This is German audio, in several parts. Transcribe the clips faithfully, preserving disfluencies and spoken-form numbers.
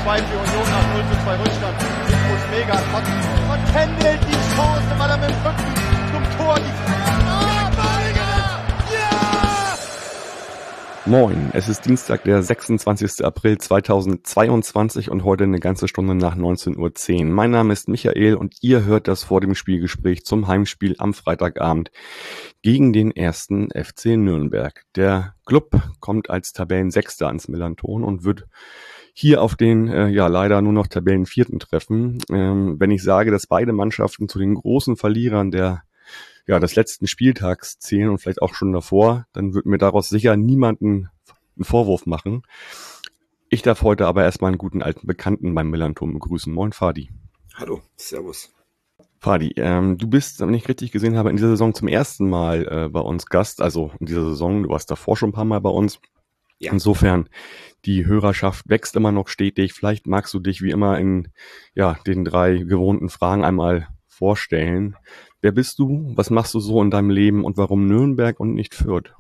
zwei für Union nach null zu zwei Rückstand. Nico Schläger hat vertändelt die Chance, weil er mit dem Rücken zum Tor die Ah, Balinger! Ja! Moin, es ist Dienstag, der sechsundzwanzigster April zweitausendzweiundzwanzig und heute eine ganze Stunde nach neunzehn Uhr zehn. Mein Name ist Michael und ihr hört das vor dem Spielgespräch zum Heimspiel am Freitagabend gegen den ersten F C Nürnberg. Der Club kommt als Tabellensechster ans Millanton und wird hier auf den, äh, ja, leider nur noch Tabellenvierten treffen. Ähm, wenn ich sage, dass beide Mannschaften zu den großen Verlierern der, ja, des letzten Spieltags zählen und vielleicht auch schon davor, dann wird mir daraus sicher niemanden einen Vorwurf machen. Ich darf heute aber erstmal einen guten alten Bekannten beim Millanton begrüßen. Moin, Fadi. Hallo, servus. Fadi, ähm, du bist, wenn ich richtig gesehen habe, in dieser Saison zum ersten Mal äh, bei uns Gast, also in dieser Saison, du warst davor schon ein paar Mal bei uns. Ja. Insofern, die Hörerschaft wächst immer noch stetig. Vielleicht magst du dich wie immer in ja den drei gewohnten Fragen einmal vorstellen. Wer bist du? Was machst du so in deinem Leben und warum Nürnberg und nicht Fürth?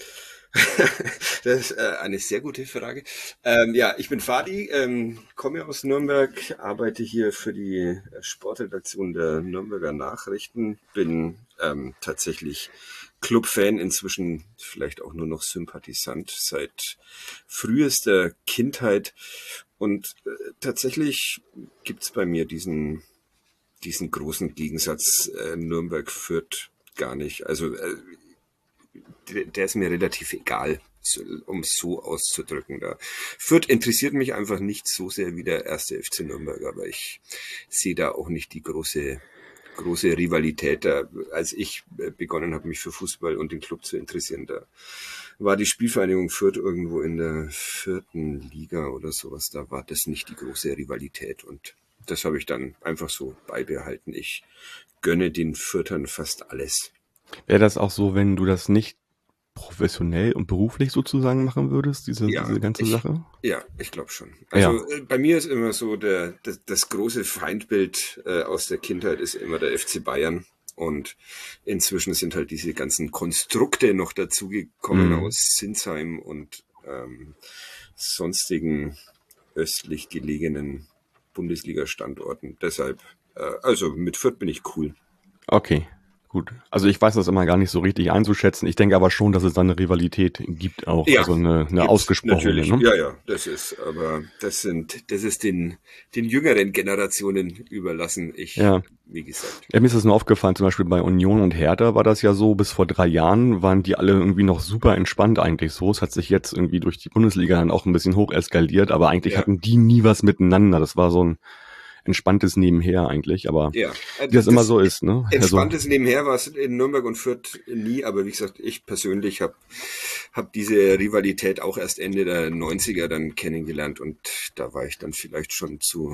Das ist äh, eine sehr gute Frage. Ähm, ja, ich bin Fadi, ähm, komme aus Nürnberg, arbeite hier für die Sportredaktion der Nürnberger Nachrichten, bin ähm, tatsächlich Clubfan, inzwischen vielleicht auch nur noch Sympathisant seit frühester Kindheit. Und äh, tatsächlich gibt's bei mir diesen diesen großen Gegensatz äh, Nürnberg-Fürth gar nicht. Also äh, der, der ist mir relativ egal, so, um es so auszudrücken. Da. Fürth interessiert mich einfach nicht so sehr wie der erste F C Nürnberg, aber ich sehe da auch nicht die große große Rivalität. Da, als ich begonnen habe, mich für Fußball und den Club zu interessieren, da war die Spielvereinigung Fürth irgendwo in der vierten Liga oder sowas. Da war das nicht die große Rivalität und das habe ich dann einfach so beibehalten. Ich gönne den Fürthern fast alles. Wäre das auch so, wenn du das nicht professionell und beruflich sozusagen machen würdest, diese, ja, diese ganze ich, Sache? Ja, ich glaube schon. Also ja. Bei mir ist immer so, der, das, das große Feindbild äh, aus der Kindheit ist immer der F C Bayern. Und inzwischen sind halt diese ganzen Konstrukte noch dazugekommen mhm. aus Sinsheim und ähm, sonstigen östlich gelegenen Bundesliga-Standorten. Deshalb, äh, also mit Fürth bin ich cool. Okay. Gut, also ich weiß das immer gar nicht so richtig einzuschätzen. Ich denke aber schon, dass es da eine Rivalität gibt auch, ja, also eine, eine ausgesprochene. Natürlich. Ne? Ja, ja, das ist, aber das sind, das ist den, den jüngeren Generationen überlassen. Ich, ja. wie gesagt. Ja, mir ist das nur aufgefallen, zum Beispiel bei Union und Hertha war das ja so, bis vor drei Jahren waren die alle irgendwie noch super entspannt eigentlich so. Es hat sich jetzt irgendwie durch die Bundesliga dann auch ein bisschen hoch eskaliert, aber eigentlich ja. hatten die nie was miteinander. Das war so ein entspanntes Nebenher eigentlich, aber ja, wie das, das immer so ist. Ne? Entspanntes also, Nebenher war es in Nürnberg und Fürth nie, aber wie gesagt, ich persönlich habe hab diese Rivalität auch erst Ende der neunziger dann kennengelernt und da war ich dann vielleicht schon zu,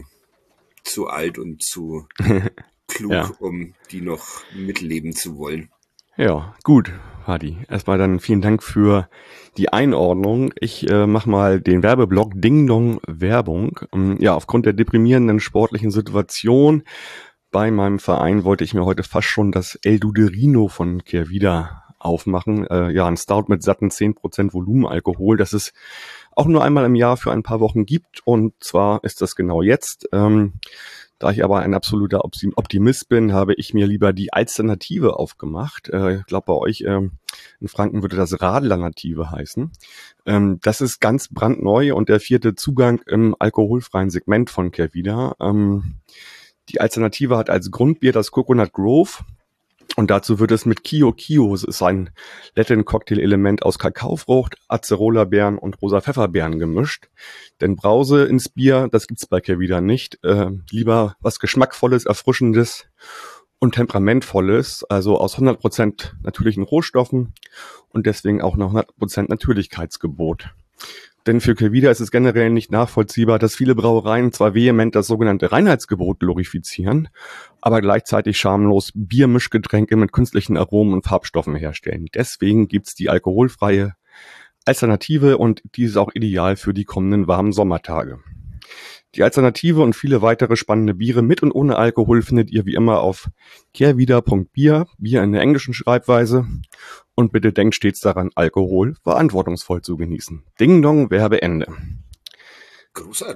zu alt und zu klug, ja. um die noch mitleben zu wollen. Ja, gut, Hadi. Erstmal dann vielen Dank für die Einordnung. Ich äh, mache mal den Werbeblock Ding Dong Werbung. Ähm, ja, aufgrund der deprimierenden sportlichen Situation bei meinem Verein wollte ich mir heute fast schon das El Duderino von Kehrwieder aufmachen. Äh, ja, ein Stout mit satten zehn Prozent Volumenalkohol, das es auch nur einmal im Jahr für ein paar Wochen gibt. Und zwar ist das genau jetzt. Ähm, Da ich aber ein absoluter Optimist bin, habe ich mir lieber die Alternative aufgemacht. Äh, ich glaube, bei euch ähm, in Franken würde das Radlernative heißen. Ähm, das ist ganz brandneu und der vierte Zugang im alkoholfreien Segment von Kehrwieder. Ähm, die Alternative hat als Grundbier das Coconut Grove. Und dazu wird es mit Kio Kio, es ist ein Latin-Cocktail-Element aus Kakaofrucht, Acerola-Beeren und rosa Pfefferbeeren gemischt. Denn Brause ins Bier, das gibt's bei Kehrwieder nicht. Äh, lieber was Geschmackvolles, Erfrischendes und Temperamentvolles, also aus hundert Prozent natürlichen Rohstoffen und deswegen auch noch hundert Prozent Natürlichkeitsgebot. Denn für Kehrwieder ist es generell nicht nachvollziehbar, dass viele Brauereien zwar vehement das sogenannte Reinheitsgebot glorifizieren, aber gleichzeitig schamlos Biermischgetränke mit künstlichen Aromen und Farbstoffen herstellen. Deswegen gibt's die alkoholfreie Alternative und die ist auch ideal für die kommenden warmen Sommertage. Die Alternative und viele weitere spannende Biere mit und ohne Alkohol findet ihr wie immer auf kehrwieder punkt bier, Bier in der englischen Schreibweise. Und bitte denkt stets daran, Alkohol verantwortungsvoll zu genießen. Ding Dong, Werbeende. Großartig.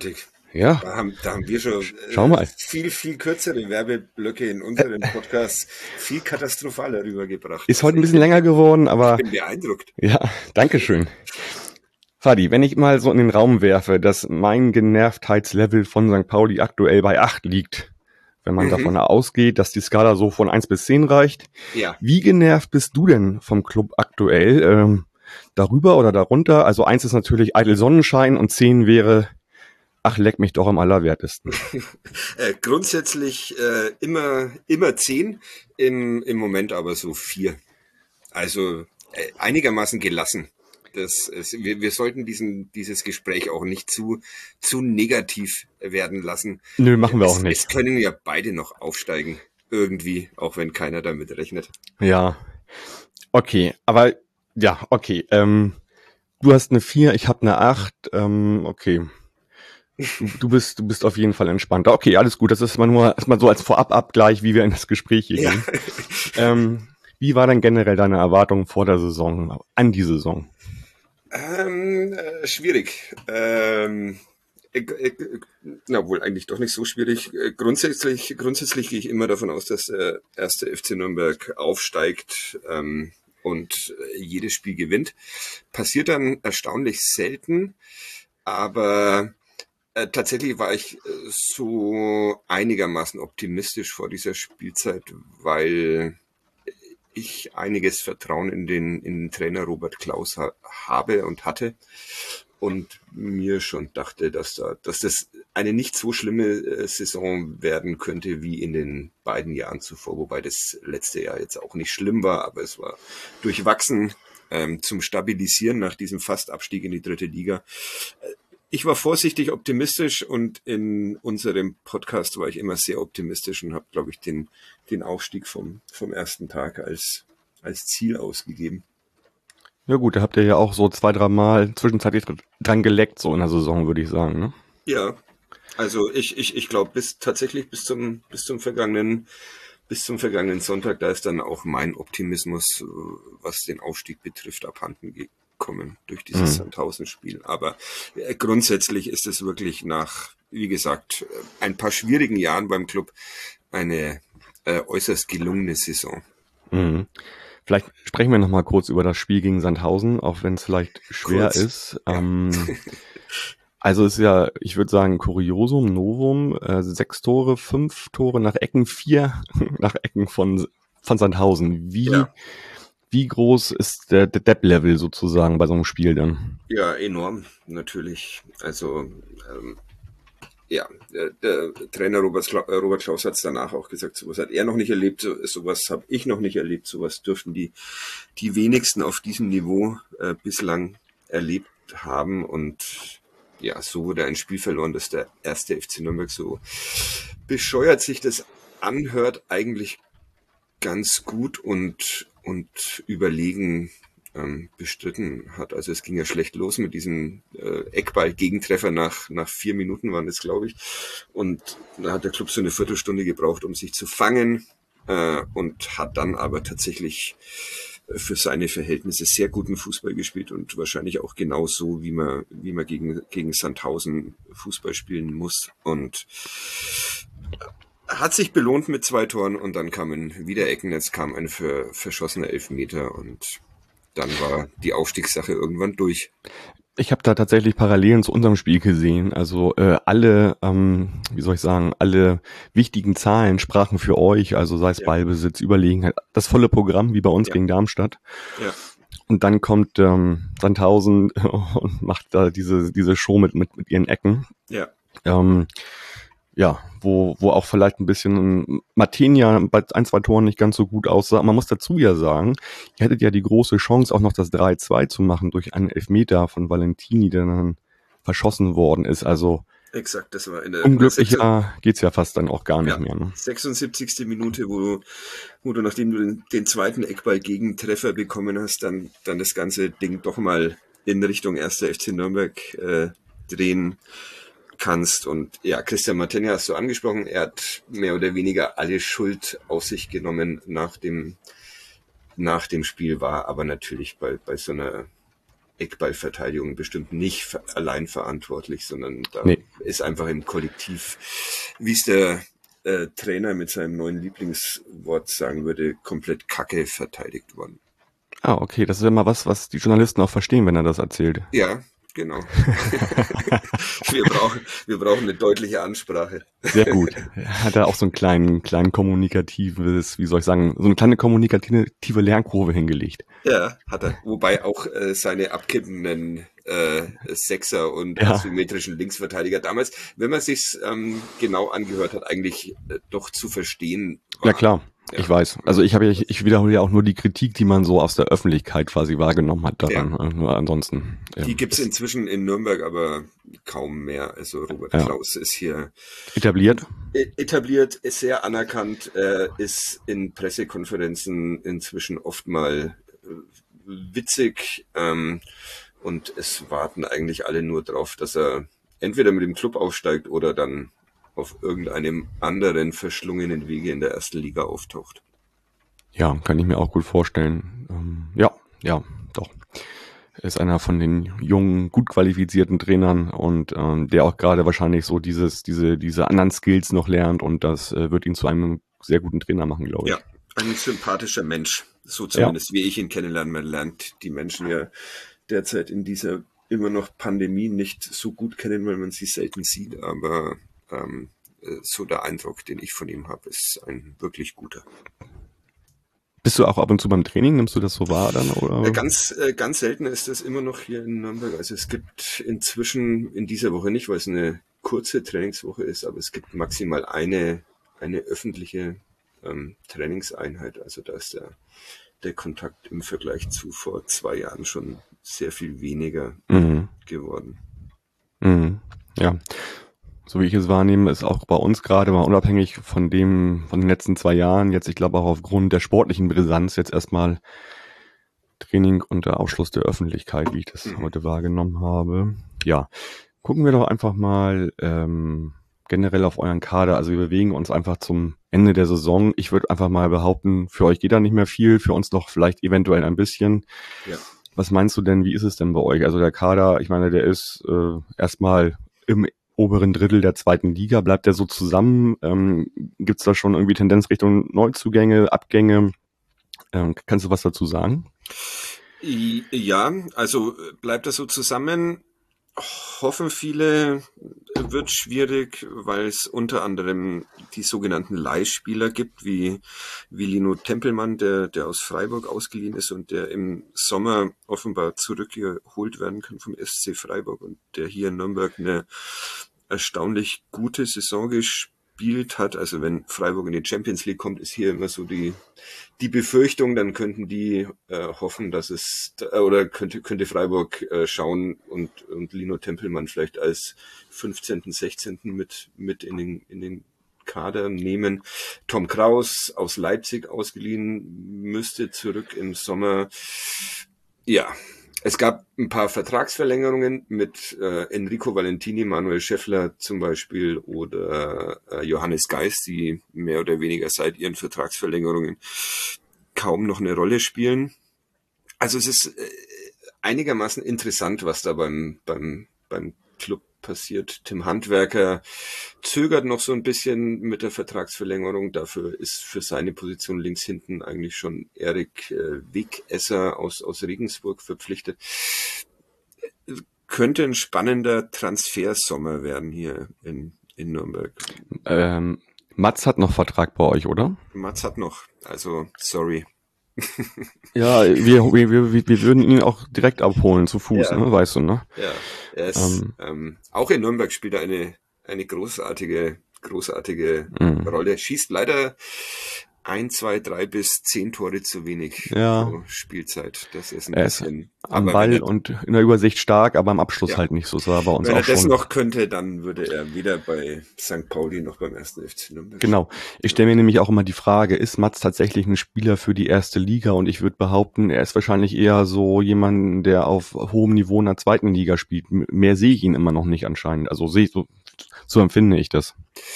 Ja. Da haben, da haben wir schon Schau mal. äh, viel, viel kürzere Werbeblöcke in unseren Podcasts viel katastrophaler rübergebracht. Ist heute ein bisschen länger geworden, aber Ich bin beeindruckt. ja, Dankeschön. Fadi, wenn ich mal so in den Raum werfe, dass mein Genervtheitslevel von Sankt Pauli aktuell bei acht liegt, wenn man Mhm. davon ausgeht, dass die Skala so von eins bis zehn reicht. Ja. Wie genervt bist du denn vom Club aktuell? Ähm, darüber oder darunter? Also eins ist natürlich eitel Sonnenschein und zehn wäre, ach, leck mich doch am allerwertesten. Äh, grundsätzlich äh, immer, immer zehn, im, im Moment aber so vier. Also äh, einigermaßen gelassen. Das ist, wir, wir sollten diesen, dieses Gespräch auch nicht zu, zu negativ werden lassen. Nö, machen wir es, auch nicht. Es können ja beide noch aufsteigen. Irgendwie, auch wenn keiner damit rechnet. Ja, okay, aber ja, okay. Ähm, du hast eine vier, ich habe eine acht. Ähm, okay, du, du bist du bist auf jeden Fall entspannter. Okay, alles gut. Das ist mal nur erstmal so als Vorababgleich, wie wir in das Gespräch hier Ja. gehen. Ähm, wie war denn generell deine Erwartung vor der Saison, an die Saison? Ähm, äh, schwierig. Ähm, äh, äh, na wohl, eigentlich doch nicht so schwierig. Äh, grundsätzlich, grundsätzlich gehe ich immer davon aus, dass der erste F C Nürnberg aufsteigt ähm, und äh, jedes Spiel gewinnt. Passiert dann erstaunlich selten, aber äh, tatsächlich war ich äh, so einigermaßen optimistisch vor dieser Spielzeit, weil ich einiges Vertrauen in den, in den Trainer Robert Klaus ha- habe und hatte und mir schon dachte, dass da, dass das eine nicht so schlimme äh, Saison werden könnte wie in den beiden Jahren zuvor, wobei das letzte Jahr jetzt auch nicht schlimm war, aber es war durchwachsen ähm, zum Stabilisieren nach diesem Fastabstieg in die dritte Liga. Ich war vorsichtig optimistisch und in unserem Podcast war ich immer sehr optimistisch und habe, glaube ich, den, den Aufstieg vom, vom ersten Tag als, als Ziel ausgegeben. Ja gut, da habt ihr ja auch so zwei, drei Mal zwischenzeitlich dran geleckt, so in der Saison, würde ich sagen, ne? Ja, also ich, ich, ich glaube, bis tatsächlich bis zum, bis zum vergangenen, bis zum vergangenen Sonntag, da ist dann auch mein Optimismus, was den Aufstieg betrifft, abhanden gekommen durch dieses Mhm. Sandhausen-Spiel. Aber äh, grundsätzlich ist es wirklich nach, wie gesagt, ein paar schwierigen Jahren beim Club eine äh, äußerst gelungene Saison. Mhm. Vielleicht sprechen wir noch mal kurz über das Spiel gegen Sandhausen, auch wenn es vielleicht schwer Kurz, ist. ja. Ähm, also ist ja, ich würde sagen, Kuriosum, Novum, äh, sechs Tore, fünf Tore nach Ecken, vier nach Ecken von, von Sandhausen. Wie, Ja. wie groß ist der, der Depp-Level sozusagen bei so einem Spiel dann? Ja, enorm, natürlich. Also, ähm, ja, der, der Trainer Robert, Kla- äh, Robert Klaus hat es danach auch gesagt, sowas hat er noch nicht erlebt, so, sowas habe ich noch nicht erlebt, sowas dürften die, die wenigsten auf diesem Niveau äh, bislang erlebt haben und ja, so wurde ein Spiel verloren, dass der erste F C Nürnberg, so bescheuert sich das anhört, eigentlich ganz gut und, und überlegen ähm, bestritten hat. Also es ging ja schlecht los mit diesem äh, Eckball-Gegentreffer nach, nach vier Minuten waren das, glaube ich. Und da hat der Club so eine Viertelstunde gebraucht, um sich zu fangen äh, und hat dann aber tatsächlich für seine Verhältnisse sehr guten Fußball gespielt und wahrscheinlich auch genau so, wie man, wie man gegen, gegen Sandhausen Fußball spielen muss. Und hat sich belohnt mit zwei Toren und dann kamen wieder Ecken, jetzt kam ein ver, verschossener Elfmeter und dann war die Aufstiegssache irgendwann durch. Ich habe da tatsächlich Parallelen zu unserem Spiel gesehen. Also äh, alle, ähm, wie soll ich sagen, alle wichtigen Zahlen sprachen für euch. Also sei es Ja. Ballbesitz, Überlegenheit, das volle Programm wie bei uns Ja. gegen Darmstadt. Ja. Und dann kommt ähm, Sandhausen und macht da diese diese Show mit mit, mit ihren Ecken. Ja. Ähm, ja, wo wo auch vielleicht ein bisschen Martinia bei ein, zwei Toren nicht ganz so gut aussah. Man muss dazu ja sagen, ihr hättet ja die große Chance, auch noch das drei zwei zu machen durch einen Elfmeter von Valentini, der dann verschossen worden ist. Also Exakt, das war in der unglücklicher geht's ja fast dann auch gar nicht Ja. mehr. Ne? sechsundsiebzigste Minute, wo du, wo du nachdem du den, den zweiten Eckball-Gegentreffer bekommen hast, dann, dann das ganze Ding doch mal in Richtung erster F C Nürnberg äh, drehen kannst. Und ja, Christian Martinia hast du angesprochen, er hat mehr oder weniger alle Schuld auf sich genommen nach dem, nach dem Spiel, war aber natürlich bei, bei so einer Eckballverteidigung bestimmt nicht ver- allein verantwortlich, sondern da Nee. ist einfach im Kollektiv, wie es der äh, Trainer mit seinem neuen Lieblingswort sagen würde, komplett Kacke verteidigt worden. Ah, okay, das ist ja mal was, was die Journalisten auch verstehen, wenn er das erzählt. Ja, genau. wir brauchen, wir brauchen eine deutliche Ansprache. Sehr gut. Hat er auch so einen kleinen, kleinen kommunikatives, wie soll ich sagen, so eine kleine kommunikative Lernkurve hingelegt. Ja, hat er. Wobei auch äh, seine abkippenden äh, Sechser und Ja. asymmetrischen Linksverteidiger damals, wenn man sich's ähm, genau angehört hat, eigentlich äh, doch zu verstehen war. Ja, klar. Ja. Ich weiß. Also ich habe ja, ich, ich wiederhole ja auch nur die Kritik, die man so aus der Öffentlichkeit quasi wahrgenommen hat daran. Ja. Nur ansonsten. Ja, Die gibt's inzwischen in Nürnberg aber kaum mehr. Also Robert Ja. Klaus ist hier etabliert. e- etabliert, ist sehr anerkannt, äh, ist in Pressekonferenzen inzwischen oft mal äh, witzig ähm, und es warten eigentlich alle nur drauf, dass er entweder mit dem Club aufsteigt oder dann auf irgendeinem anderen verschlungenen Wege in der ersten Liga auftaucht. Ja, kann ich mir auch gut vorstellen. Ähm, ja, ja, doch. Er ist einer von den jungen, gut qualifizierten Trainern und ähm, der auch gerade wahrscheinlich so dieses, diese, diese anderen Skills noch lernt und das äh, wird ihn zu einem sehr guten Trainer machen, glaube ich. Ja, ein sympathischer Mensch, so zumindest wie ich ihn kennenlerne. Man lernt die Menschen ja derzeit in dieser immer noch Pandemie nicht so gut kennen, weil man sie selten sieht, aber ähm, äh, so der Eindruck, den ich von ihm habe, ist ein wirklich guter. Bist du auch ab und zu beim Training? Nimmst du das so wahr dann? Oder? Äh, Ganz, äh, ganz selten ist das immer noch hier in Nürnberg. Also es gibt inzwischen in dieser Woche nicht, weil es eine kurze Trainingswoche ist, aber es gibt maximal eine, eine öffentliche ähm, Trainingseinheit. Also da ist der, der Kontakt im Vergleich zu vor zwei Jahren schon sehr viel weniger Mhm. geworden. Mhm. Ja. So wie ich es wahrnehme, ist auch bei uns gerade mal unabhängig von dem, von den letzten zwei Jahren, jetzt, ich glaube auch aufgrund der sportlichen Brisanz, jetzt erstmal Training unter Ausschluss der Öffentlichkeit, wie ich das Mhm. heute wahrgenommen habe. Ja, gucken wir doch einfach mal ähm, generell auf euren Kader. Also wir bewegen uns einfach zum Ende der Saison. Ich würde einfach mal behaupten, für euch geht da nicht mehr viel, für uns noch vielleicht eventuell ein bisschen. Ja. Was meinst du denn, wie ist es denn bei euch? Also der Kader, ich meine, der ist äh, erstmal im oberen Drittel der zweiten Liga. Bleibt der so zusammen? Ähm, Gibt es da schon irgendwie Tendenz Richtung Neuzugänge, Abgänge? Ähm, kannst du was dazu sagen? I- Ja, also äh, bleibt das so zusammen. Hoffen viele, äh, wird schwierig, weil es unter anderem die sogenannten Leihspieler gibt, wie, wie Lino Tempelmann, der, der aus Freiburg ausgeliehen ist und der im Sommer offenbar zurückgeholt werden kann vom S C Freiburg und der hier in Nürnberg eine erstaunlich gute Saison gespielt hat. Also wenn Freiburg in die Champions League kommt, ist hier immer so die, die Befürchtung, dann könnten die äh, hoffen, dass es, äh, oder könnte, könnte Freiburg äh, schauen und, und Lino Tempelmann vielleicht als fünfzehnten, sechzehnten mit, mit in den, in den Kader nehmen. Tom Kraus aus Leipzig ausgeliehen, müsste zurück im Sommer. Ja, es gab ein paar Vertragsverlängerungen mit äh, Enrico Valentini, Manuel Schäffler zum Beispiel oder äh, Johannes Geis, die mehr oder weniger seit ihren Vertragsverlängerungen kaum noch eine Rolle spielen. Also es ist äh, einigermaßen interessant, was da beim, beim, beim Club passiert. Tim Handwerker zögert noch so ein bisschen mit der Vertragsverlängerung. Dafür ist für seine Position links hinten eigentlich schon Erik äh, Wegesser aus, aus Regensburg verpflichtet. Könnte ein spannender Transfersommer werden hier in, in Nürnberg. Ähm, Mats hat noch Vertrag bei euch, oder? Mats hat noch, also sorry. Ja, wir, wir, wir, wir würden ihn auch direkt abholen, zu Fuß, Ja. ne? Weißt du, ne? Ja, er ist, Ähm. ähm, auch in Nürnberg spielt er eine, eine großartige, großartige Mhm. Rolle. Schießt leider ein, zwei, drei bis zehn Tore zu wenig Ja. pro Spielzeit. Das ist ein Er ist bisschen. Am aber Ball wenn er, und in der Übersicht stark, aber am Abschluss Ja. halt nicht so. Das war bei uns wenn er auch das schon. noch könnte, dann würde er weder bei Sankt Pauli noch beim ersten F C Nürnberg. Genau. Ich stelle mir nämlich auch immer die Frage, ist Mats tatsächlich ein Spieler für die erste Liga? Und ich würde behaupten, er ist wahrscheinlich eher so jemand, der auf hohem Niveau in der zweiten Liga spielt. M- Mehr sehe ich ihn immer noch nicht anscheinend. Also sehe ich so, so empfinde ich das.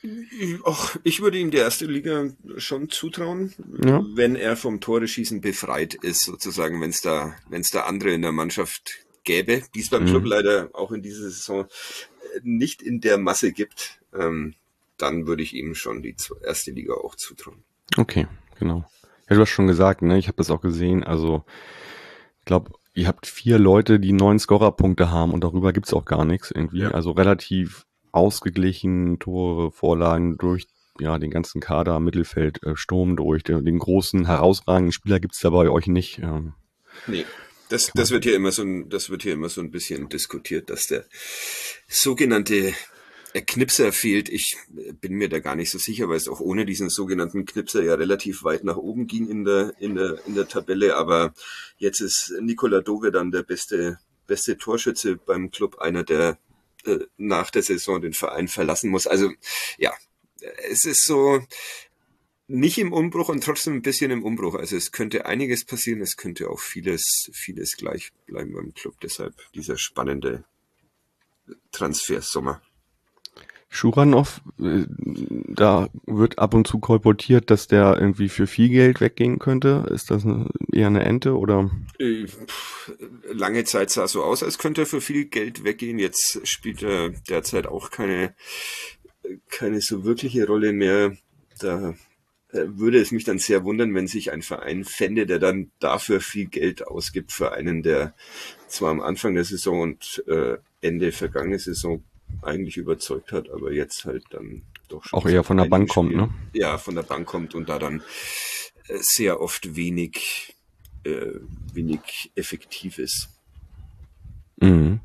Och, ich würde ihm die erste Liga schon zutrauen, Ja. wenn er vom Tore-Schießen befreit ist, sozusagen, wenn es da, wenn es da andere in der Mannschaft gäbe, die es beim Mhm. Club leider auch in dieser Saison nicht in der Masse gibt, ähm, dann würde ich ihm schon die erste Liga auch zutrauen. Okay, genau. Ja, du hast schon gesagt, ne? Ich habe das auch gesehen. Also, ich glaube, ihr habt vier Leute, die neun Scorerpunkte haben und darüber gibt's auch gar nichts irgendwie. Ja. Also relativ ausgeglichen, Tore, Vorlagen durch ja den ganzen Kader, Mittelfeld, äh, Sturm durch. Den, den großen, herausragenden Spieler gibt's da bei euch nicht. Ähm, Nee. Das, das wird hier immer so ein, das wird hier immer so ein bisschen diskutiert, dass der sogenannte Knipser fehlt. Ich bin mir da gar nicht so sicher, weil es auch ohne diesen sogenannten Knipser ja relativ weit nach oben ging in der, in der, in der Tabelle. Aber jetzt ist Nikola Dove dann der beste, beste Torschütze beim Club, einer, der äh, nach der Saison den Verein verlassen muss. Also, ja, es ist so, nicht im Umbruch und trotzdem ein bisschen im Umbruch. Also es könnte einiges passieren, es könnte auch vieles, vieles gleich bleiben beim Club. Deshalb dieser spannende Transfersommer. Schuranov, äh, da wird ab und zu kolportiert, dass der irgendwie für viel Geld weggehen könnte. Ist das eine, eher eine Ente oder? Äh, pff, lange Zeit sah es so aus, als könnte er für viel Geld weggehen. Jetzt spielt er derzeit auch keine, keine so wirkliche Rolle mehr. Da würde es mich dann sehr wundern, wenn sich ein Verein fände, der dann dafür viel Geld ausgibt für einen, der zwar am Anfang der Saison und äh, Ende vergangene Saison eigentlich überzeugt hat, aber jetzt halt dann doch schon auch eher von der Bank kommt, ne? Ja, von der Bank kommt und da dann äh, sehr oft wenig, äh, wenig effektiv ist. Mhm.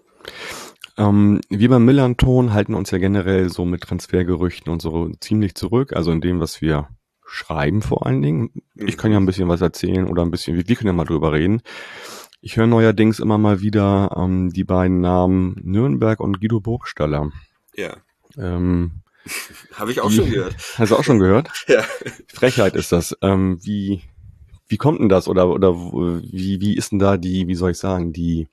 Ähm, wir beim Millanton halten uns ja generell so mit Transfergerüchten und so ziemlich zurück, also in dem, was wir schreiben vor allen Dingen. Ich Mhm. kann ja ein bisschen was erzählen oder ein bisschen, wir können ja mal drüber reden. Ich höre neuerdings immer mal wieder ähm, die beiden Namen Nürnberg und Guido Burgstaller. Ja, Ähm, habe ich auch die- schon gehört. Hast du auch schon gehört? Ja. Frechheit ist das. Ähm, wie, wie kommt denn das? Oder, oder wo- wie, wie ist denn da die, wie soll ich sagen, die,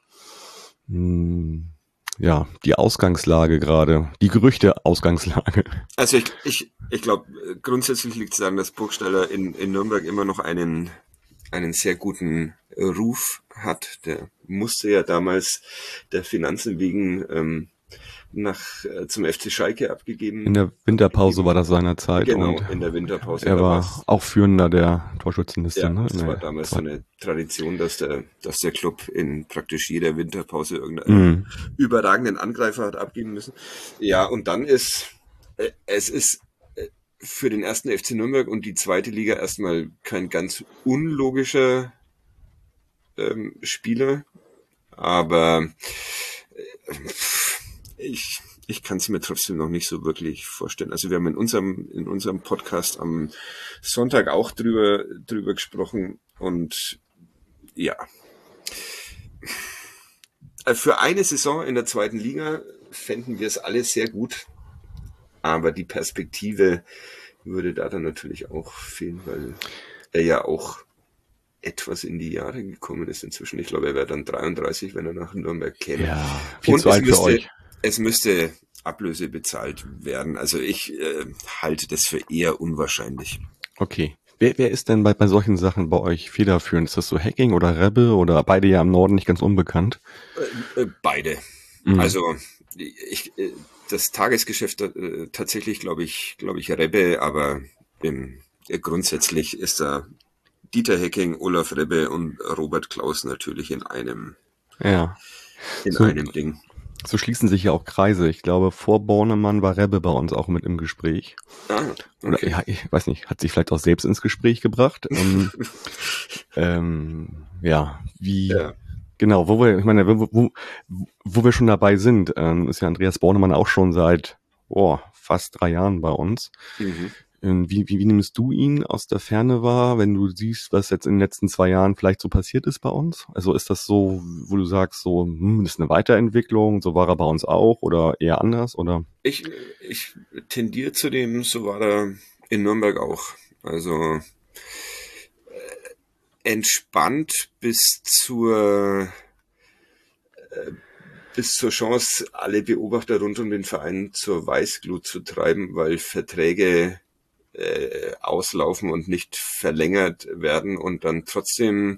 mh, ja, die Ausgangslage gerade, die Gerüchte-Ausgangslage. Also ich, ich, ich glaube, grundsätzlich liegt es daran, dass Burgstaller in, in Nürnberg immer noch einen, einen sehr guten äh, Ruf hat. Der musste ja damals der Finanzen wegen ähm, nach äh, zum F C Schalke abgegeben. In der Winterpause war das seinerzeit Genau, und in der Winterpause. er Da war war's- auch Führender der Torschützenliste. Ja, Ne? das In war der damals so zweiten- eine Tradition, dass der, dass der Club in praktisch jeder Winterpause irgendeinen Mhm. überragenden Angreifer hat abgeben müssen. Ja, und dann ist, äh, es ist äh, für den ersten F C Nürnberg und die zweite Liga erstmal kein ganz unlogischer ähm, Spieler, aber äh, ich, ich kann es mir trotzdem noch nicht so wirklich vorstellen. Also wir haben in unserem, in unserem Podcast am Sonntag auch drüber, drüber gesprochen und ja. Für eine Saison in der zweiten Liga fänden wir es alle sehr gut, aber die Perspektive würde da dann natürlich auch fehlen, weil er ja auch etwas in die Jahre gekommen ist inzwischen. Ich glaube, er wäre dann dreiunddreißig, wenn er nach Nürnberg käme. Ja, viel Und zu es alt für müsste, euch. es müsste Ablöse bezahlt werden. Also ich äh, halte das für eher unwahrscheinlich. Okay. Wer, wer ist denn bei, bei solchen Sachen bei euch federführend? Ist das so Hacking oder Rebbe oder beide ja im Norden nicht ganz unbekannt? Äh, äh, beide. Mhm. Also ich, äh, das Tagesgeschäft äh, tatsächlich, glaube ich, glaube ich, Rebbe, aber ähm, äh, grundsätzlich ist da Dieter Hecking, Olaf Rebbe und Robert Klaus natürlich in einem, Ja. in So- einem Ding. So schließen sich ja auch Kreise. Ich glaube, vor Bornemann war Rebbe bei uns auch mit im Gespräch. Ah, Oder okay. ja, ich weiß nicht, hat sich vielleicht auch selbst ins Gespräch gebracht. ähm, ähm, ja, wie Ja. genau, wo wir, ich meine, wo, wo, wo wir schon dabei sind, ähm, ist ja Andreas Bornemann auch schon seit oh, fast drei Jahren bei uns. Mhm. Ähm, wie, wie, wie nimmst du ihn aus der Ferne wahr, wenn du siehst, was jetzt in den letzten zwei Jahren vielleicht so passiert ist bei uns? Also ist das so, wo du sagst, so, hm, das ist eine Weiterentwicklung, so war er bei uns auch oder eher anders? Oder? Ich, ich tendiere zu dem, so war er in Nürnberg auch. Also äh, entspannt bis zur äh, bis zur Chance, alle Beobachter rund um den Verein zur Weißglut zu treiben, weil Verträge äh, auslaufen und nicht verlängert werden und dann trotzdem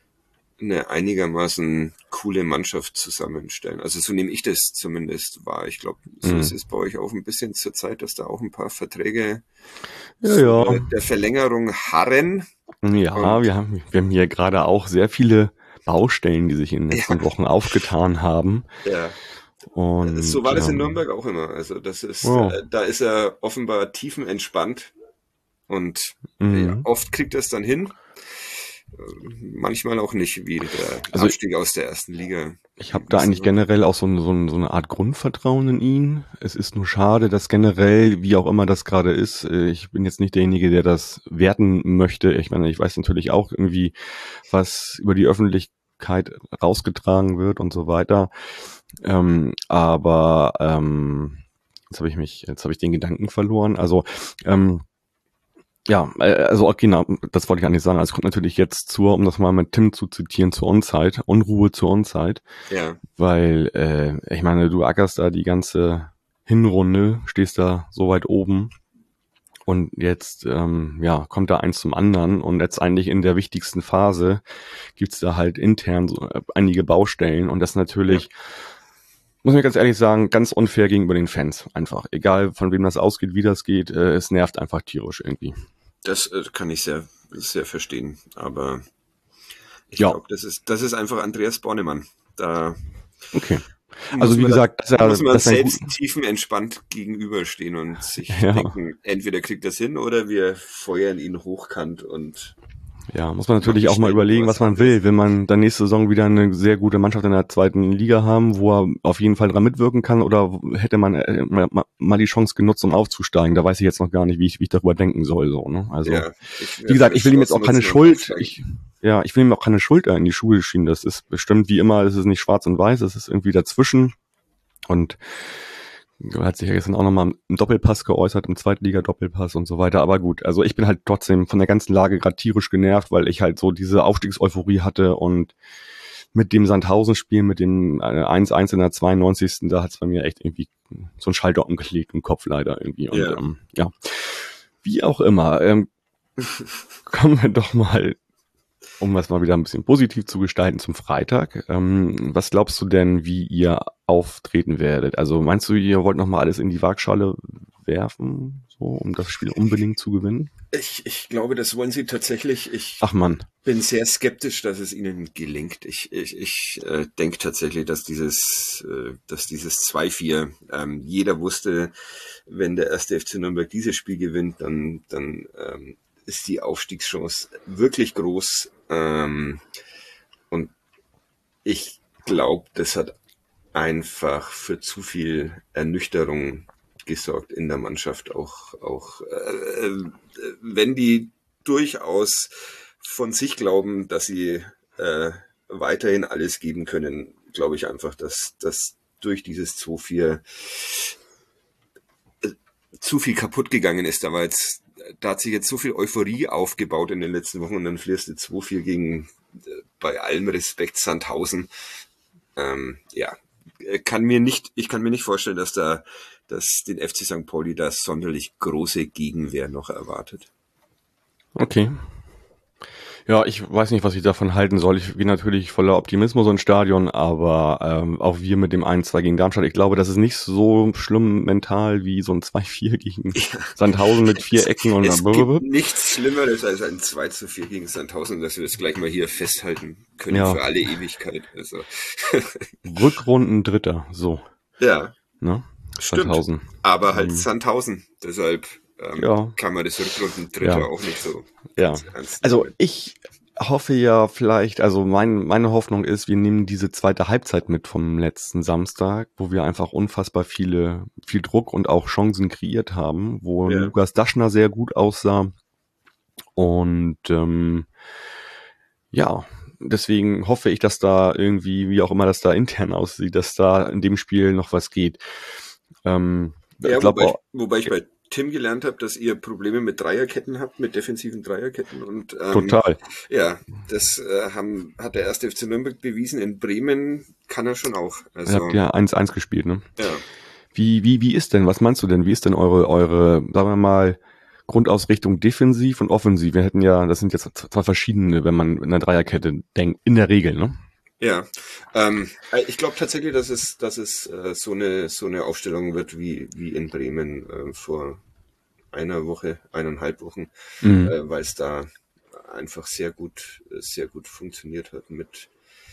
eine einigermaßen coole Mannschaft zusammenstellen. Also so nehme ich das zumindest wahr. Ich glaube, so Mhm. ist es bei euch auch ein bisschen zur Zeit, dass da auch ein paar Verträge Ja, vor ja. der Verlängerung harren. Ja, Und- wir haben, wir haben hier gerade auch sehr viele Baustellen, die sich in den letzten Ja. Wochen aufgetan haben. Ja, Und so war das in ähm, Nürnberg auch immer. Also das ist, Ja. äh, da ist er offenbar tiefenentspannt und Mhm. ja, oft kriegt er es dann hin. Äh, Manchmal auch nicht, wie der Also- Abstieg aus der ersten Liga. Ich habe da eigentlich generell auch so, ein, so, ein, so eine Art Grundvertrauen in ihn. Es ist nur schade, dass generell, wie auch immer das gerade ist, äh, ich bin jetzt nicht derjenige, der das werten möchte. Ich meine, ich weiß natürlich auch irgendwie, was über die Öffentlichkeit rausgetragen wird und so weiter. Ähm, aber ähm, jetzt habe ich mich, jetzt habe ich den Gedanken verloren. Also ähm, ja, äh, also genau, das wollte ich eigentlich sagen. Also es kommt natürlich jetzt zur, um das mal mit Tim zu zitieren, zur Unzeit, Unruhe zur Unzeit. Ja, Weil, äh, ich meine, du ackerst da die ganze Hinrunde, stehst da so weit oben und jetzt, ähm, ja, kommt da eins zum anderen und jetzt eigentlich in der wichtigsten Phase gibt's da halt intern so äh, einige Baustellen und das natürlich, muss ich ganz ehrlich sagen, ganz unfair gegenüber den Fans einfach. Egal von wem das ausgeht, wie das geht, äh, es nervt einfach tierisch irgendwie. das äh, kann ich sehr, sehr verstehen. Aber ich Ja. glaube, das ist, das ist einfach Andreas Bornemann. Da Okay. muss Also wie man gesagt, da, das ist ja- muss man das ist ein selbst gut- tiefenentspannt gegenüberstehen und sich Ja. denken, entweder kriegt das hin oder wir feuern ihn hochkant und Ja, muss man natürlich Machen auch mal schnell überlegen, was was man anderes. will. Will man dann nächste Saison wieder eine sehr gute Mannschaft in der zweiten Liga haben, wo er auf jeden Fall dran mitwirken kann, oder hätte man äh, mal, mal die Chance genutzt, um aufzusteigen? Da weiß ich jetzt noch gar nicht, wie ich, wie ich darüber denken soll. So, ne? Also ja, ich wie gesagt, ich will ihm jetzt auch keine Schuld. aufsteigen. Ich, ja, ich will ihm auch keine Schuld in die Schuhe schieben. Das ist bestimmt wie immer. Das ist nicht schwarz und weiß. Das ist irgendwie dazwischen. Und er hat sich ja gestern auch nochmal im Doppelpass geäußert, im Zweitliga-Doppelpass und so weiter. Aber gut, also ich bin halt trotzdem von der ganzen Lage gerade tierisch genervt, weil ich halt so diese Aufstiegseuphorie hatte und mit dem Sandhausen-Spiel, mit dem äh, eins eins in der zweiundneunzigsten Da hat es bei mir echt irgendwie so ein Schalter umgelegt im Kopf leider irgendwie. Und Ja. ähm, ja, wie auch immer, ähm, kommen wir doch mal, um das mal wieder ein bisschen positiv zu gestalten, zum Freitag. Ähm, was glaubst du denn, wie ihr auftreten werdet? Also meinst du, ihr wollt noch mal alles in die Waagschale werfen, so, um das Spiel unbedingt zu gewinnen? Ich, ich glaube, das wollen sie tatsächlich. Ich Ach Mann, bin sehr skeptisch, dass es ihnen gelingt. Ich, ich, ich äh, denke tatsächlich, dass dieses, äh, dass dieses zwei vier, ähm, jeder wusste, wenn der erste F C Nürnberg dieses Spiel gewinnt, dann, dann ähm, ist die Aufstiegschance wirklich groß. Ähm, und ich glaube, das hat einfach für zu viel Ernüchterung gesorgt in der Mannschaft. Auch, auch äh, äh, wenn die durchaus von sich glauben, dass sie äh, weiterhin alles geben können, glaube ich einfach, dass, dass durch dieses zwei vier äh, zu viel kaputt gegangen ist. Da war jetzt, da hat sich jetzt so viel Euphorie aufgebaut in den letzten Wochen und dann verlierst du zwei vier gegen, äh, bei allem Respekt, Sandhausen. Ähm, ja, kann mir nicht, ich kann mir nicht vorstellen, dass da, dass den F C Sankt Pauli da sonderlich große Gegenwehr noch erwartet. okay. Ja, ich weiß nicht, was ich davon halten soll. Ich gehe natürlich voller Optimismus ins Stadion, aber ähm, auch wir mit dem eins zwei gegen Darmstadt, ich glaube, das ist nicht so schlimm mental wie so ein zwei vier gegen Sandhausen mit vier Ecken und Es gibt nichts Schlimmeres als ein zwei zu vier gegen Sandhausen, dass wir das gleich mal hier festhalten können Ja. für alle Ewigkeit. Also, Rückrunden Dritter, so, ja, ne? stimmt. Sandhausen. Aber halt Ähm, Sandhausen, deshalb ähm, Ja. kann man das Rückrunden Dritter Ja. auch nicht so Ja. ganz ernst Also nehmen. ich hoffe ja vielleicht, also mein, meine Hoffnung ist, wir nehmen diese zweite Halbzeit mit vom letzten Samstag, wo wir einfach unfassbar viele, viel Druck und auch Chancen kreiert haben, wo Ja. Lukas Daschner sehr gut aussah. Und ähm, ja, deswegen hoffe ich, dass da irgendwie, wie auch immer das da intern aussieht, dass da in dem Spiel noch was geht. Ähm, Ja, ich glaube wobei, auch, wobei ich bei Tim gelernt habe, dass ihr Probleme mit Dreierketten habt, mit defensiven Dreierketten. Und, ähm, Total. Ja, das äh, haben, hat der erste F C Nürnberg bewiesen. In Bremen kann er schon auch. Also, Ihr habt ja eins eins gespielt, ne? ja. Wie, wie, wie ist denn, was meinst du denn, wie ist denn eure, eure, sagen wir mal, Grundausrichtung defensiv und offensiv? Wir hätten ja, das sind jetzt zwei verschiedene, wenn man in einer Dreierkette denkt, in der Regel, ne? Ja, ähm, ich glaube tatsächlich, dass es, dass es äh, so eine so eine Aufstellung wird wie wie in Bremen äh, vor einer Woche, eineinhalb Wochen, Mhm. äh, weil es da einfach sehr gut sehr gut funktioniert hat mit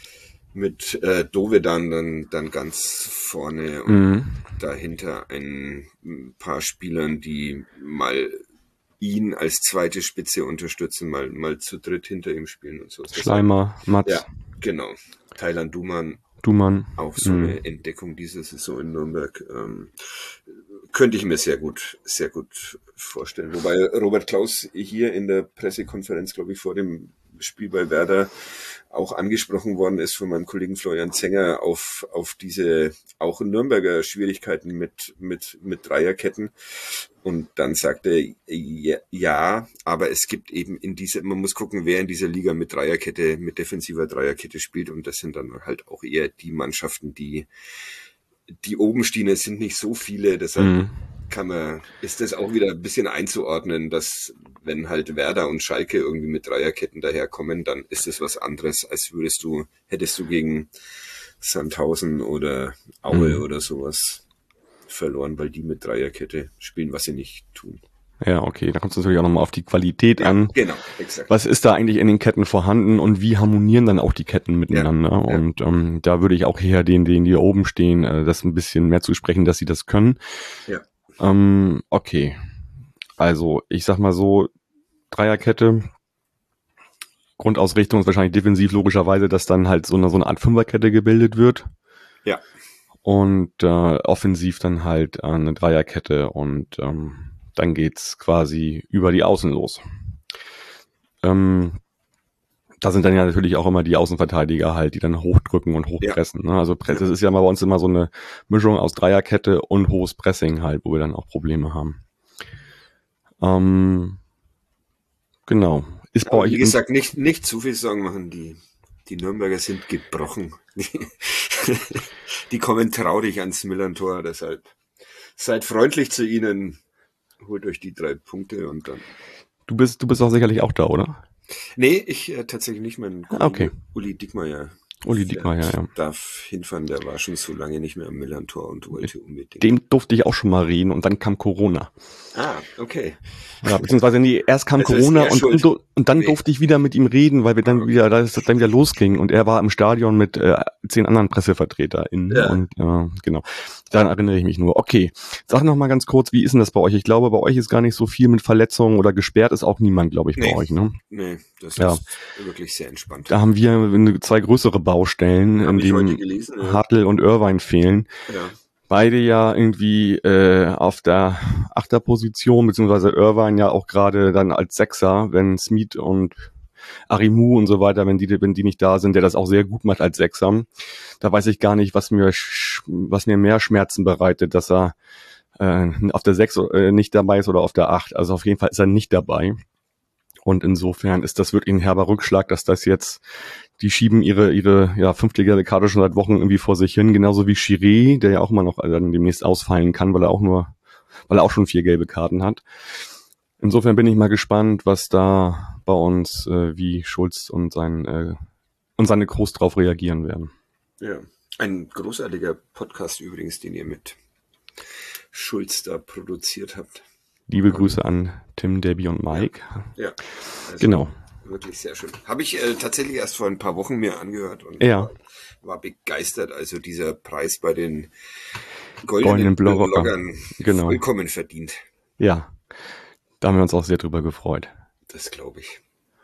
mit äh, Dovedan dann dann ganz vorne und Mhm. dahinter ein paar Spielern, die mal ihn als zweite Spitze unterstützen, mal mal zu dritt hinter ihm spielen und so. Schleimer, Matz, Ja, genau. Thailand Duman, Dumann. auch so Mhm. eine Entdeckung dieser Saison in Nürnberg. Ähm, könnte ich mir sehr gut, sehr gut vorstellen. Wobei Robert Klaus hier in der Pressekonferenz, glaube ich, vor dem Spiel bei Werder auch angesprochen worden ist von meinem Kollegen Florian Zenger auf, auf diese auch Nürnberger Schwierigkeiten mit, mit, mit Dreierketten. Und dann sagte er, ja, ja, aber es gibt eben in dieser, man muss gucken, wer in dieser Liga mit Dreierkette, mit defensiver Dreierkette spielt. Und das sind dann halt auch eher die Mannschaften, die, die oben stehen. Es sind nicht so viele, deshalb Mhm. kann man, ist das auch wieder ein bisschen einzuordnen, dass wenn halt Werder und Schalke irgendwie mit Dreierketten daherkommen, dann ist es was anderes, als würdest du, hättest du gegen Sandhausen oder Aue Mhm. oder sowas verloren, weil die mit Dreierkette spielen, was sie nicht tun. Ja, okay, da kommt es natürlich auch nochmal auf die Qualität an. Genau, exakt. Was ist da eigentlich in den Ketten vorhanden und wie harmonieren dann auch die Ketten miteinander? Ja, ja. Und ähm, da würde ich auch eher denen, denen die oben stehen, äh, das ein bisschen mehr zusprechen, dass sie das können. Ja. Ähm, okay, also ich sag mal so, Dreierkette, Grundausrichtung ist wahrscheinlich defensiv logischerweise, dass dann halt so eine, so eine Art Fünferkette gebildet wird. Ja. Und äh, offensiv dann halt äh, eine Dreierkette und ähm, dann geht's quasi über die Außen los. Ähm, da sind dann ja natürlich auch immer die Außenverteidiger halt, die dann hochdrücken und hochpressen. Ne? Also Press, das ist ja mal bei uns immer so eine Mischung aus Dreierkette und hohes Pressing halt, wo wir dann auch Probleme haben. Ähm, genau. Ist bei Aber euch wie gesagt, nicht, nicht zu viel Sorgen machen, die, die Nürnberger sind gebrochen. Die kommen traurig ans Millern-Tor, deshalb seid freundlich zu ihnen, holt euch die drei Punkte und dann. Du bist, du bist auch sicherlich auch da, oder? Nee, ich äh, tatsächlich nicht. Mein Kollege Okay. Uli Dickmeyer. Uli Dickmeyer, ja, ja. Darf hinfahren, der war schon so lange nicht mehr am Millern-Tor und wollte unbedingt. Dem durfte ich auch schon mal reden und dann kam Corona. Ah, okay. Ja, beziehungsweise nee, erst kam Also ist Corona er und, schuld. und, und dann Nee. durfte ich wieder mit ihm reden, weil wir dann wieder, da es dann wieder losging und er war im Stadion mit äh, zehn anderen PressevertreterInnen Ja. und äh, genau, daran erinnere ich mich nur. Okay, sag noch mal ganz kurz, wie ist denn das bei euch? Ich glaube, bei euch ist gar nicht so viel mit Verletzungen oder gesperrt ist auch niemand, glaube ich, bei Nee. euch, ne? Nee, das Ja. ist wirklich sehr entspannt. Da haben wir eine- zwei größere Baustellen, Hab in ich heute denen gelesen, ja. Hartl und Irvine fehlen. Ja. Beide ja irgendwie äh, auf der Achterposition, beziehungsweise Irvine ja auch gerade dann als Sechser, wenn Smith und Arimu und so weiter, wenn die, wenn die nicht da sind, der das auch sehr gut macht als Sechser. Da weiß ich gar nicht, was mir, sch- was mir mehr Schmerzen bereitet, dass er äh, auf der Sechs äh, nicht dabei ist oder auf der Acht. Also auf jeden Fall ist er nicht dabei. Und insofern ist das wirklich ein herber Rückschlag, dass das jetzt, die schieben ihre, ihre, ja, fünfte Karte schon seit Wochen irgendwie vor sich hin, genauso wie Chiré, der ja auch immer noch äh, dann demnächst ausfallen kann, weil er auch nur, weil er auch schon vier gelbe Karten hat. Insofern bin ich mal gespannt, was da bei uns, äh, wie Schulz und sein, äh, und seine Crews drauf reagieren werden. Ja. Ein großartiger Podcast übrigens, den ihr mit Schulz da produziert habt. Liebe Grüße an Tim, Debbie und Mike. Ja. Also Genau. Wirklich sehr schön. Habe ich äh, tatsächlich erst vor ein paar Wochen mir angehört und Ja. war, war begeistert. Also dieser Preis bei den goldenen, Goldenen Bloggern. Bloggern Genau. vollkommen verdient. Ja. Da haben wir uns auch sehr drüber gefreut. Das glaube ich.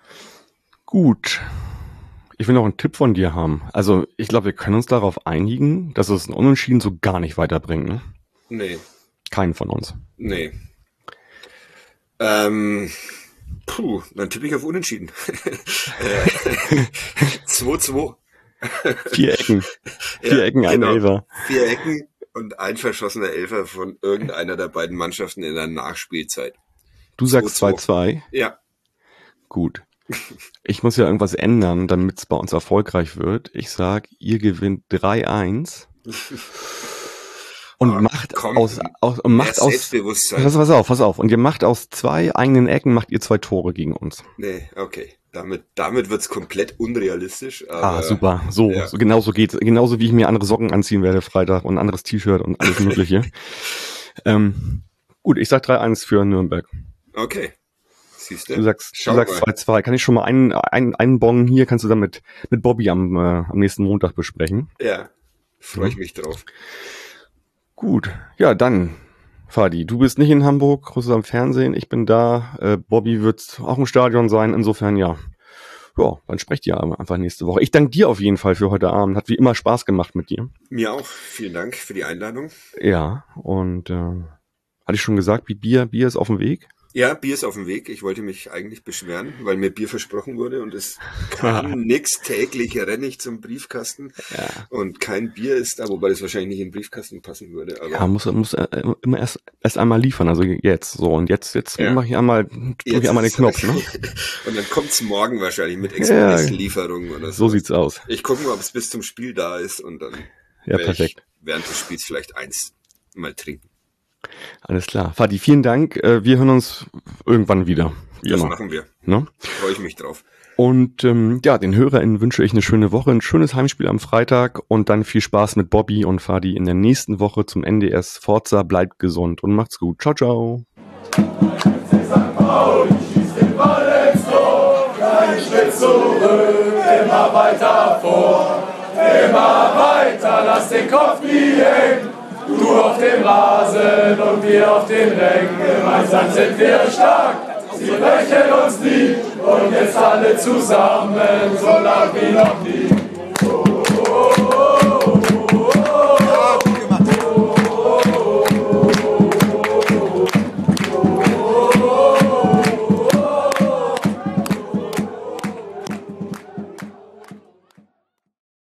Gut. Ich will noch einen Tipp von dir haben. Also, ich glaube, wir können uns darauf einigen, dass es ein Unentschieden so gar nicht weiterbringt. Ne? Nee, Keinen von uns. nee. Ähm, puh, dann tippe ich auf Unentschieden. Äh, zwei zwei. Vier Ecken. Vier Ja, Ecken, ein genau. Elfer. Vier Ecken. und ein verschossener Elfer von irgendeiner der beiden Mannschaften in der Nachspielzeit. Du sagst zwei zwei? Ja. Gut. Ich muss ja irgendwas ändern, damit es bei uns erfolgreich wird. Ich sag, ihr gewinnt drei eins. Und oh, macht komm, aus, aus, und macht aus, Selbstbewusstsein. Pass, pass auf, pass auf. Und ihr macht aus zwei eigenen Ecken, macht ihr zwei Tore gegen uns. Nee, okay. Damit, damit wird's komplett unrealistisch. Aber, ah, super. So, ja. so genauso geht's. Genauso wie ich mir andere Socken anziehen werde Freitag und ein anderes T-Shirt und alles Mögliche. ähm, gut, ich sag drei eins für Nürnberg. Okay. Siehst du? Du sagst, du sagst zwei zwei. Kann ich schon mal einen, einen, einen Bon hier, kannst du dann mit, mit Bobby am, äh, am nächsten Montag besprechen. Ja, freue ich mich drauf. Gut, ja, dann, Fadi, du bist nicht in Hamburg, groß am Fernsehen, ich bin da, äh, Bobby wird auch im Stadion sein, insofern ja, ja, dann sprecht ihr einfach nächste Woche. Ich danke dir auf jeden Fall für heute Abend, hat wie immer Spaß gemacht mit dir. Mir auch, vielen Dank für die Einladung. Ja, und äh, hatte ich schon gesagt, wie Bier, Bier ist auf dem Weg? Ja, Bier ist auf dem Weg. Ich wollte mich eigentlich beschweren, weil mir Bier versprochen wurde und es kam nix. Täglich renne ich zum Briefkasten ja. und kein Bier ist da, wobei das wahrscheinlich nicht in den Briefkasten passen würde. Aber ja, muss, muss äh, immer erst, erst einmal liefern, also jetzt so und jetzt jetzt ja. mache ich einmal, drücke ich einmal den Knopf. Ne? Und dann kommt's morgen wahrscheinlich mit Expresslieferung ja, oder so. So sieht's aus. Ich gucke mal, ob es bis zum Spiel da ist und dann ja, perfekt. Ich während des Spiels vielleicht eins mal trinken. Alles klar. Fadi, vielen Dank. Wir hören uns irgendwann wieder. Wie das immer. Machen wir. Ne? Freue ich mich drauf. Und ähm, ja, den HörerInnen wünsche ich eine schöne Woche, ein schönes Heimspiel am Freitag und dann viel Spaß mit Bobby und Fadi in der nächsten Woche zum N D S. Forza, bleibt gesund und macht's gut. Ciao, ciao. Kein Schritt zurück, immer weiter vor, immer weiter, lass den Kopf nie hängen. Du auf dem Rasen und wir auf den Rängen, gemeinsam sind wir stark, sie brechen uns nie und jetzt alle zusammen, so lang wie noch nie.